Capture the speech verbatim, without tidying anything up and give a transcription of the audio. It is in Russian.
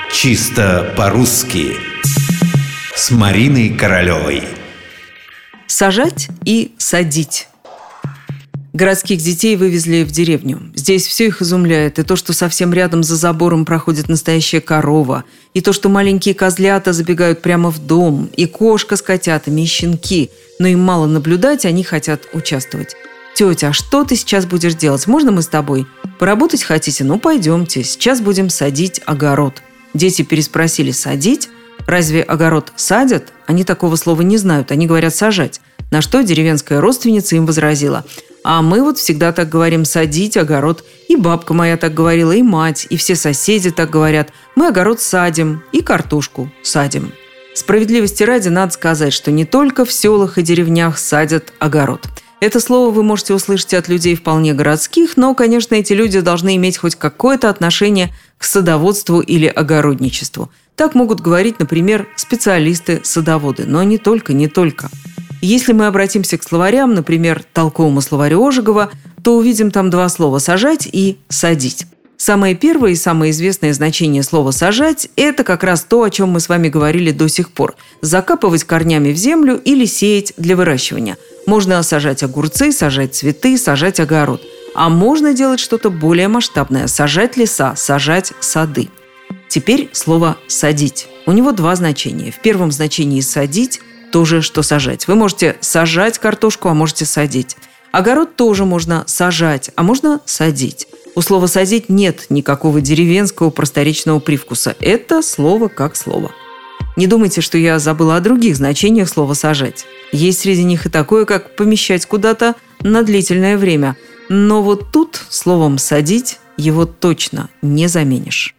Чисто по-русски с Мариной Королевой. Сажать и садить. Городских детей вывезли в деревню. Здесь все их изумляет. И то, что совсем рядом за забором проходит настоящая корова, и то, что маленькие козлята забегают прямо в дом, и кошка с котятами, и щенки. Но им мало наблюдать, они хотят участвовать. «Тетя, а что ты сейчас будешь делать? Можно мы с тобой? Поработать хотите? Ну, пойдемте. Сейчас будем садить огород». Дети переспросили: «Садить? Разве огород садят?» Они такого слова не знают, они говорят «сажать». На что деревенская родственница им возразила: «А мы вот всегда так говорим: садить огород. И бабка моя так говорила, и мать, и все соседи так говорят. Мы огород садим и картошку садим». Справедливости ради надо сказать, что не только в селах и деревнях садят огород. Это слово вы можете услышать от людей вполне городских, но, конечно, эти люди должны иметь хоть какое-то отношение к садоводству или огородничеству. Так могут говорить, например, специалисты-садоводы, но не только, не только. Если мы обратимся к словарям, например, толковому словарю Ожегова, то увидим там два слова «сажать» и «садить». Самое первое и самое известное значение слова «сажать» – это как раз то, о чем мы с вами говорили до сих пор. Закапывать корнями в землю или сеять для выращивания. Можно сажать огурцы, сажать цветы, сажать огород. А можно делать что-то более масштабное – сажать леса, сажать сады. Теперь слово «садить». У него два значения. В первом значении «садить» – то же, что сажать. Вы можете сажать картошку, а можете садить. Огород тоже можно сажать, а можно садить. У слова «садить» нет никакого деревенского просторечного привкуса. Это слово как слово. Не думайте, что я забыла о других значениях слова «сажать». Есть среди них и такое, как помещать куда-то на длительное время. Но вот тут словом «садить» его точно не заменишь.